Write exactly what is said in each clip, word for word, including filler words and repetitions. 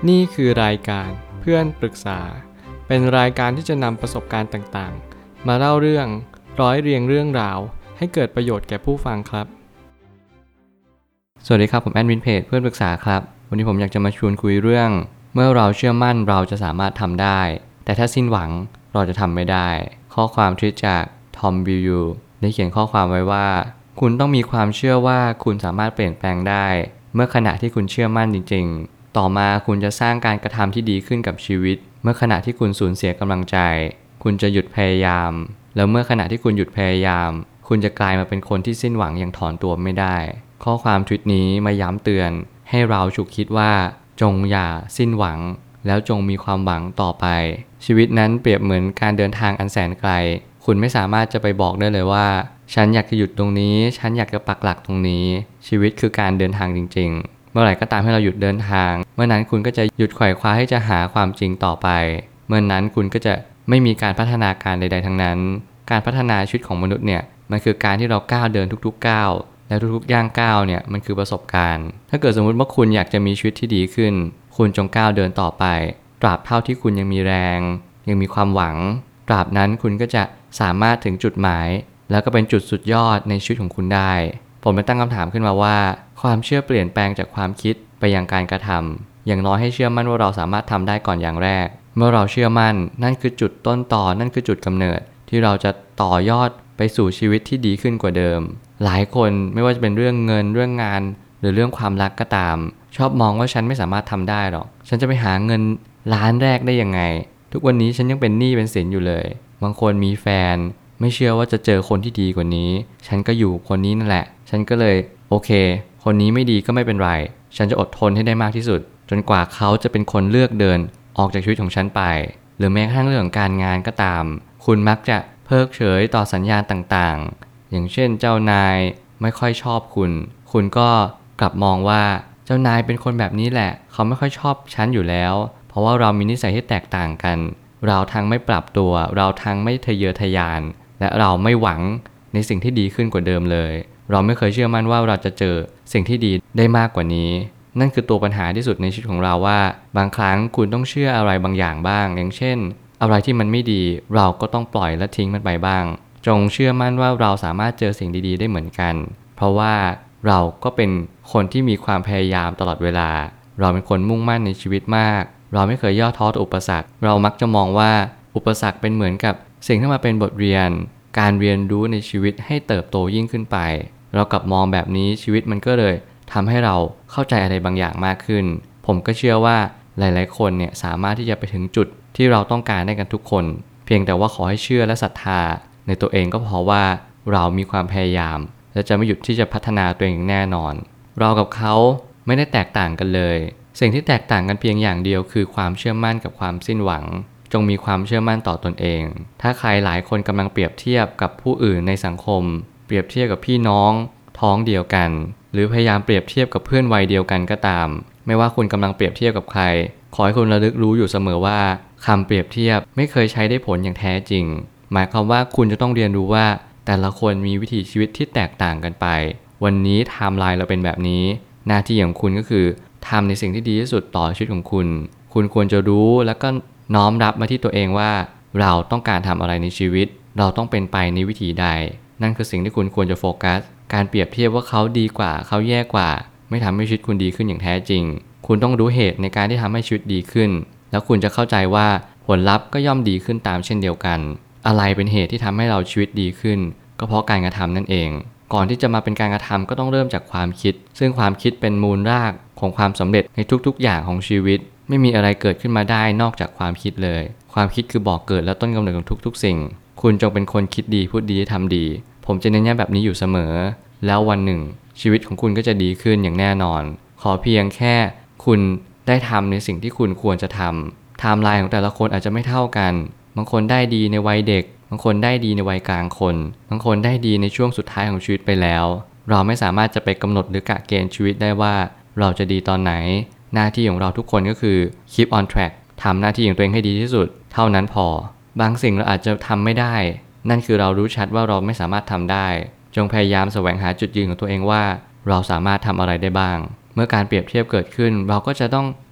นี่คือรายการเพื่อนปรึกษาเป็นรายการที่จะนำประสบการณ์ต่างๆมาเล่าเรื่องร้อยเรียงเรื่องราวให้เกิดประโยชน์แก่ผู้ฟังครับสวัสดีครับผมแอดมินเพจเพื่อนปรึกษาครับวันนี้ผมอยากจะมาชวนคุยเรื่องเมื่อเราเชื่อมั่นเราจะสามารถทำได้แต่ถ้าสิ้นหวังเราจะทำไม่ได้ข้อความทวิตจากทอมบิลยูได้เขียนข้อความไว้ว่าคุณต้องมีความเชื่อว่าคุณสามารถเปลี่ยนแปลงได้เมื่อขณะที่คุณเชื่อมั่นจริงๆต่อมาคุณจะสร้างการกระทำที่ดีขึ้นกับชีวิตเมื่อขณะที่คุณสูญเสียกำลังใจคุณจะหยุดพยายามแล้วเมื่อขณะที่คุณหยุดพยายามคุณจะกลายมาเป็นคนที่สิ้นหวังอย่างถอนตัวไม่ได้ข้อความทวิตนี้มาย้ำเตือนให้เราฉุกคิดว่าจงอย่าสิ้นหวังแล้วจงมีความหวังต่อไปชีวิตนั้นเปรียบเหมือนการเดินทางอันแสนไกลคุณไม่สามารถจะไปบอกได้เลยว่าฉันอยากจะหยุดตรงนี้ฉันอยากจะปักหลักตรงนี้ชีวิตคือการเดินทางจริงๆเมื่อไหร่ก็ตามให้เราหยุดเดินทางเมื่อนั้นคุณก็จะหยุดไขว่คว้าให้จะหาความจริงต่อไปเมื่อนั้นคุณก็จะไม่มีการพัฒนาการใดๆทั้งนั้นการพัฒนาชีวิตของมนุษย์เนี่ยมันคือการที่เราก้าวเดินทุกๆก้าวแล้วทุกๆย่างก้าวเนี่ยมันคือประสบการณ์ถ้าเกิดสมมุติว่าคุณอยากจะมีชีวิตที่ดีขึ้นคุณจงก้าวเดินต่อไปตราบเท่าที่คุณยังมีแรงยังมีความหวังตราบนั้นคุณก็จะสามารถถึงจุดหมายแล้วก็เป็นจุดสุดยอดในชีวิตของคุณได้ผมเลยตั้งคำถามขึ้นมาว่าความเชื่อเปลี่ยนแปลงจากความคิดไปยังการกระทำอย่างน้อยให้เชื่อมั่นว่าเราสามารถทำได้ก่อนอย่างแรกเมื่อเราเชื่อมั่นนั่นคือจุดต้นตอนั่นคือจุดกำเนิดที่เราจะต่อยอดไปสู่ชีวิตที่ดีขึ้นกว่าเดิมหลายคนไม่ว่าจะเป็นเรื่องเงินเรื่องงานหรือเรื่องความรักก็ตามชอบมองว่าฉันไม่สามารถทำได้หรอกฉันจะไปหาเงินล้านแรกได้ยังไงทุกวันนี้ฉันยังเป็นหนี้เป็นสินอยู่เลยบางคนมีแฟนไม่เชื่อว่าจะเจอคนที่ดีกว่านี้ฉันก็อยู่คนนี้นั่นแหละฉันก็เลยโอเคคนนี้ไม่ดีก็ไม่เป็นไรฉันจะอดทนให้ได้มากที่สุดจนกว่าเขาจะเป็นคนเลือกเดินออกจากชีวิตของฉันไปหรือแม้กระทั่งเรื่องของการงานก็ตามคุณมักจะเพิกเฉยต่อสัญญาณต่างๆอย่างเช่นเจ้านายไม่ค่อยชอบคุณคุณก็กลับมองว่าเจ้านายเป็นคนแบบนี้แหละเขาไม่ค่อยชอบฉันอยู่แล้วเพราะว่าเรามีนิสัยที่แตกต่างกันเราทั้งไม่ปรับตัวเราทั้งไม่ทะเยอทะยานและเราไม่หวังในสิ่งที่ดีขึ้นกว่าเดิมเลยเราไม่เคยเชื่อมั่นว่าเราจะเจอสิ่งที่ดีได้มากกว่านี้นั่นคือตัวปัญหาที่สุดในชีวิตของเราว่าบางครั้งคุณต้องเชื่ออะไรบางอย่างบ้างอย่างเช่นอะไรที่มันไม่ดีเราก็ต้องปล่อยและทิ้งมันไปบ้างจงเชื่อมั่นว่าเราสามารถเจอสิ่งดีๆได้เหมือนกันเพราะว่าเราก็เป็นคนที่มีความพยายามตลอดเวลาเราเป็นคนมุ่งมั่นในชีวิตมากเราไม่เคยย่อท้อต่ออุปสรรคเรามักจะมองว่าอุปสรรคเป็นเหมือนกับสิ่งที่มาเป็นบทเรียนการเรียนรู้ในชีวิตให้เติบโตยิ่งขึ้นไปเรากลับมองแบบนี้ชีวิตมันก็เลยทำให้เราเข้าใจอะไรบางอย่างมากขึ้นผมก็เชื่อว่าหลายๆคนเนี่ยสามารถที่จะไปถึงจุดที่เราต้องการได้กันทุกคนเพียงแต่ว่าขอให้เชื่อและศรัทธาในตัวเองก็พอว่าเรามีความพยายามและจะไม่หยุดที่จะพัฒนาตัวเองแน่นอนเรากับเขาไม่ได้แตกต่างกันเลยสิ่งที่แตกต่างกันเพียงอย่างเดียวคือความเชื่อมั่นกับความสิ้นหวังจงมีความเชื่อมั่นต่อตนเองถ้าใครหลายคนกำลังเปรียบเทียบกับผู้อื่นในสังคมเปรียบเทียบกับพี่น้องท้องเดียวกันหรือพยายามเปรียบเทียบกับเพื่อนวัยเดียวกันก็ตามไม่ว่าคุณกำลังเปรียบเทียบกับใครขอให้คุณระลึกรู้อยู่เสมอว่าคำเปรียบเทียบไม่เคยใช้ได้ผลอย่างแท้จริงหมายความว่าคุณจะต้องเรียนรู้ว่าแต่ละคนมีวิถีชีวิตที่แตกต่างกันไปวันนี้ไทม์ไลน์เราเป็นแบบนี้หน้าที่ของคุณก็คือทำในสิ่งที่ดีที่สุดต่อชีวิตของคุณคุณควรจะรู้แล้วก็น้อมรับมาที่ตัวเองว่าเราต้องการทำอะไรในชีวิตเราต้องเป็นไปในวิถีใดนั่นคือสิ่งที่คุณควรจะโฟกัสการเปรียบเทียบว่าเขาดีกว่าเขาแย่กว่าไม่ทำให้ชีวิตคุณดีขึ้นอย่างแท้จริงคุณต้องรู้เหตุในการที่ทำให้ชีวิตดีขึ้นแล้วคุณจะเข้าใจว่าผลลัพธ์ก็ย่อมดีขึ้นตามเช่นเดียวกันอะไรเป็นเหตุที่ทำให้เราชีวิตดีขึ้นก็เพราะการกระทำนั่นเองก่อนที่จะมาเป็นการกระทำก็ต้องเริ่มจากความคิดซึ่งความคิดเป็นมูลรากของความสำเร็จในทุกๆอย่างของชีวิตไม่มีอะไรเกิดขึ้นมาได้นอกจากความคิดเลยความคิดคือบ่อกเกิดและต้นกำเนิดของทุกๆสิ่งคุณจงเป็นคนคิดดีพูดดีทำดีผมจะเน้นย้ำแบบนี้อยู่เสมอแล้ววันหนึ่งชีวิตของคุณก็จะดีขึ้นอย่างแน่นอนขอเพียงแค่คุณได้ทำในสิ่งที่คุณควรจะทำไทม์ไลน์ของแต่ละคนอาจจะไม่เท่ากันบางคนได้ดีในวัยเด็กบางคนได้ดีในวัยกลางคนบางคนได้ดีในช่วงสุดท้ายของชีวิตไปแล้วเราไม่สามารถจะไปกำหนดหรือกะเกณฑ์ชีวิตได้ว่าเราจะดีตอนไหนหน้าที่ของเราทุกคนก็คือ keep on track ทำหน้าที่ของตัวเองให้ดีที่สุดเท่านั้นพอบางสิ่งเราอาจจะทำไม่ได้นั่นคือเรารู้ชัดว่าเราไม่สามารถทำได้จงพยายามแสวงหาจุดยืนของตัวเองว่าเราสามารถทำอะไรได้บ้างเมื่อการเปรียบเทียบเกิดขึ้นเราก็จะต้อง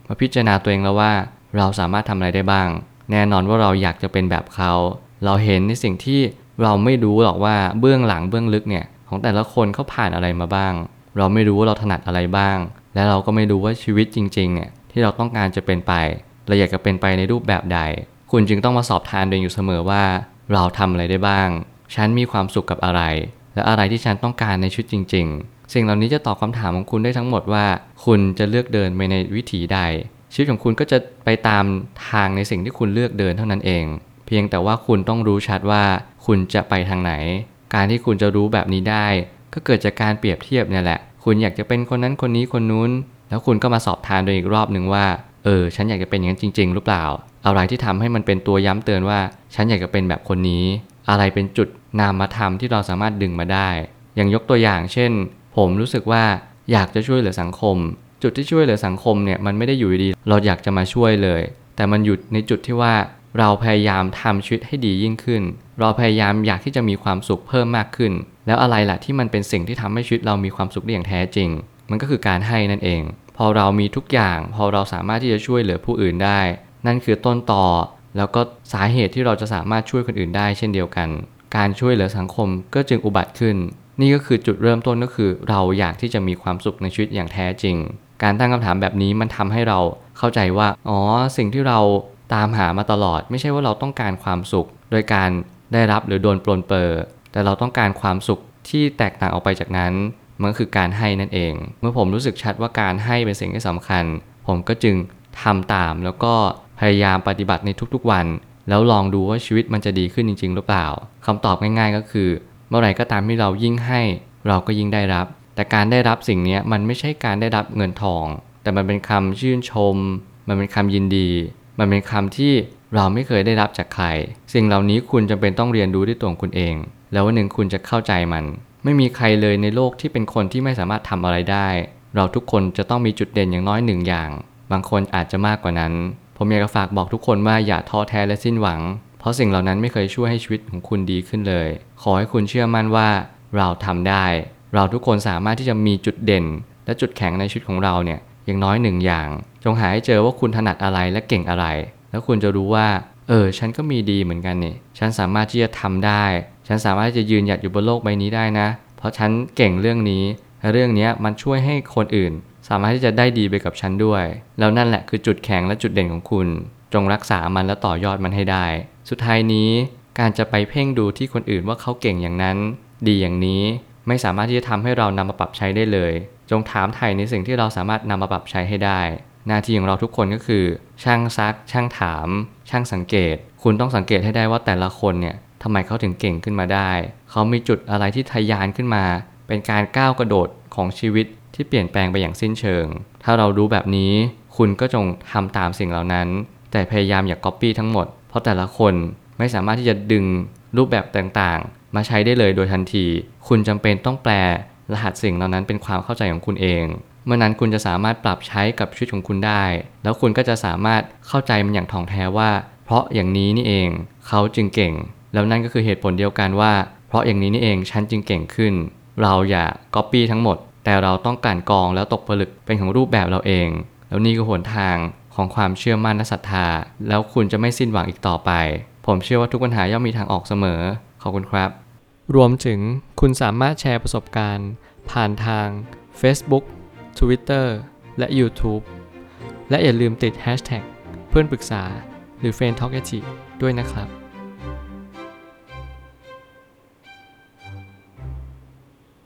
มาพิจารณาตัวเองแล้วว่าเราสามารถทำอะไรได้บ้างแน่นอนว่าเราอยากจะเป็นแบบเขาเราเห็นในสิ่งที่เราไม่รู้หรอกว่าเบื้องหลังเบื้องลึกเนี่ยของแต่ละคนเขาผ่านอะไรมาบ้างเราไม่รู้ว่าเราถนัดอะไรบ้างและเราก็ไม่รู้ว่าชีวิตจริงๆเนี่ยที่เราต้องการจะเป็นไปเราอยากจะเป็นไปในรูปแบบใดคุณจึงต้องมาสอบทานตัวเองอยู่เสมอว่าเราทำอะไรได้บ้างฉันมีความสุขกับอะไรและอะไรที่ฉันต้องการในชีวิตจริงๆสิ่งเหล่านี้จะตอบคำถามของคุณได้ทั้งหมดว่าคุณจะเลือกเดินไปในวิถีใดชีวิตของคุณก็จะไปตามทางในสิ่งที่คุณเลือกเดินเท่านั้นเองเพียงแต่ว่าคุณต้องรู้ชัดว่าคุณจะไปทางไหนการที่คุณจะรู้แบบนี้ได้ก็เกิดจากการเปรียบเทียบเนี่ยแหละคุณอยากจะเป็นคนนั้นคนนี้คนนู้นแล้วคุณก็มาสอบทานโดยอีกรอบหนึ่งว่าเออฉันอยากจะเป็นอย่างนั้นจริงๆหรือเปล่าอะไรที่ทำให้มันเป็นตัวย้ำเตือนว่าฉันอยากจะเป็นแบบคนนี้อะไรเป็นจุดนามธรรมที่เราสามารถดึงมาได้อย่างยกตัวอย่างเช่นผมรู้สึกว่าอยากจะช่วยเหลือสังคมจุดที่ช่วยเหลือสังคมเนี่ยมันไม่ได้อยู่ดีเราอยากจะมาช่วยเลยแต่มันอยู่ในจุดที่ว่าเราพยายามทำชีวิตให้ดียิ่งขึ้นเราพยายามอยากที่จะมีความสุขเพิ่มมากขึ้นแล้วอะไรล่ะที่มันเป็นสิ่งที่ทำให้ชีวิตเรามีความสุขได้อย่างแท้จริงมันก็คือการให้นั่นเองพอเรามีทุกอย่างพอเราสามารถที่จะช่วยเหลือผู้อื่นได้นั่นคือต้นตอแล้วก็สาเหตุที่เราจะสามารถช่วยคนอื่นได้เช่นเดียวกันการช่วยเหลือสังคมก็จึงอุบัติขึ้นนี่ก็คือจุดเริ่มต้นก็คือเราอยากที่จะมีความสุขในชีวิตอย่างแท้จริงการตั้งคำถามแบบนี้มันทำให้เราเข้าใจว่าอ๋อสิ่งที่เราตามหามาตลอดไม่ใช่ว่าเราต้องการความสุขโดยการได้รับหรือโดนปลนเปอแต่เราต้องการความสุขที่แตกต่างออกไปจากนั้นมันก็คือการให้นั่นเองเมื่อผมรู้สึกชัดว่าการให้เป็นสิ่งที่สำคัญผมก็จึงทำตามแล้วก็พยายามปฏิบัติในทุกๆวันแล้วลองดูว่าชีวิตมันจะดีขึ้นจริงๆหรือเปล่าคำตอบง่ายๆก็คือเมื่อไหร่ก็ตามที่เรายิ่งให้เราก็ยิ่งได้รับแต่การได้รับสิ่งนี้มันไม่ใช่การได้รับเงินทองแต่มันเป็นคำชื่นชมมันเป็นคำยินดีมันเป็นคำที่เราไม่เคยได้รับจากใครสิ่งเหล่านี้คุณจำเป็นต้องเรียนรู้ด้วยตัวของคุณเองแล้ววันหนึ่งคุณจะเข้าใจมันไม่มีใครเลยในโลกที่เป็นคนที่ไม่สามารถทำอะไรได้เราทุกคนจะต้องมีจุดเด่นอย่างน้อยหนึ่งอย่างบางคนอาจจะมากกว่านั้นผมอยากจะฝากบอกทุกคนว่าอย่าท้อแท้และสิ้นหวังเพราะสิ่งเหล่านั้นไม่เคยช่วยให้ชีวิตของคุณดีขึ้นเลยขอให้คุณเชื่อมั่นว่าเราทำได้เราทุกคนสามารถที่จะมีจุดเด่นและจุดแข็งในชีวิตของเราเนี่ยอย่างน้อยหนึ่งอย่างจงหาให้เจอว่าคุณถนัดอะไรและเก่งอะไรแล้วคุณจะรู้ว่าเออฉันก็มีดีเหมือนกันนี่ฉันสามารถที่จะทำได้ฉันสามารถที่จะยืนหยัดอยู่บนโลกใบนี้ได้นะเพราะฉันเก่งเรื่องนี้และเรื่องนี้มันช่วยให้คนอื่นสามารถที่จะได้ดีไปกับฉันด้วยแล้วนั่นแหละคือจุดแข็งและจุดเด่นของคุณจงรักษามันและต่อยอดมันให้ได้สุดท้ายนี้การจะไปเพ่งดูที่คนอื่นว่าเขาเก่งอย่างนั้นดีอย่างนี้ไม่สามารถที่จะทำให้เรานำมาปรับใช้ได้เลยจงถามไถ่ในสิ่งที่เราสามารถนำมาปรับใช้ให้ได้หน้าที่ของเราทุกคนก็คือช่างซักช่างถามช่างสังเกตคุณต้องสังเกตให้ได้ว่าแต่ละคนเนี่ยทำไมเขาถึงเก่งขึ้นมาได้เขามีจุดอะไรที่ทะยานขึ้นมาเป็นการก้าวกระโดดของชีวิตที่เปลี่ยนแปลงไปอย่างสิ้นเชิงถ้าเรารู้แบบนี้คุณก็จงทำตามสิ่งเหล่านั้นแต่พยายามอย่าก๊อปปี้ทั้งหมดเพราะแต่ละคนไม่สามารถที่จะดึงรูปแบบต่างๆมาใช้ได้เลยโดยทันทีคุณจำเป็นต้องแปลรหัสสิ่งเหล่านั้นเป็นความเข้าใจของคุณเองเมื่อนั้นคุณจะสามารถปรับใช้กับชีวิตของคุณได้แล้วคุณก็จะสามารถเข้าใจมันอย่างถ่องแท้ว่าเพราะอย่างนี้นี่เองเขาจึงเก่งแล้วนั่นก็คือเหตุผลเดียวกันว่าเพราะอย่างนี้นี่เองฉันจึงเก่งขึ้นเราอย่าก๊อปปี้ทั้งหมดแต่เราต้องกลั่นกรองแล้วตกผลึกเป็นของรูปแบบเราเองแล้วนี่คือหนทางของความเชื่อมั่นและศรัทธาแล้วคุณจะไม่สิ้นหวังอีกต่อไปผมเชื่อว่าทุกปัญหาย่อมมีทางออกเสมอขอบคุณครับรวมถึงคุณสามารถแชร์ประสบการณ์ผ่านทาง Facebook Twitter และ YouTube และอย่าลืมติด แฮชแท็ก เพื่อนปรึกษาหรือ เฟรนด์ ทอล์ก ด้วยนะครับ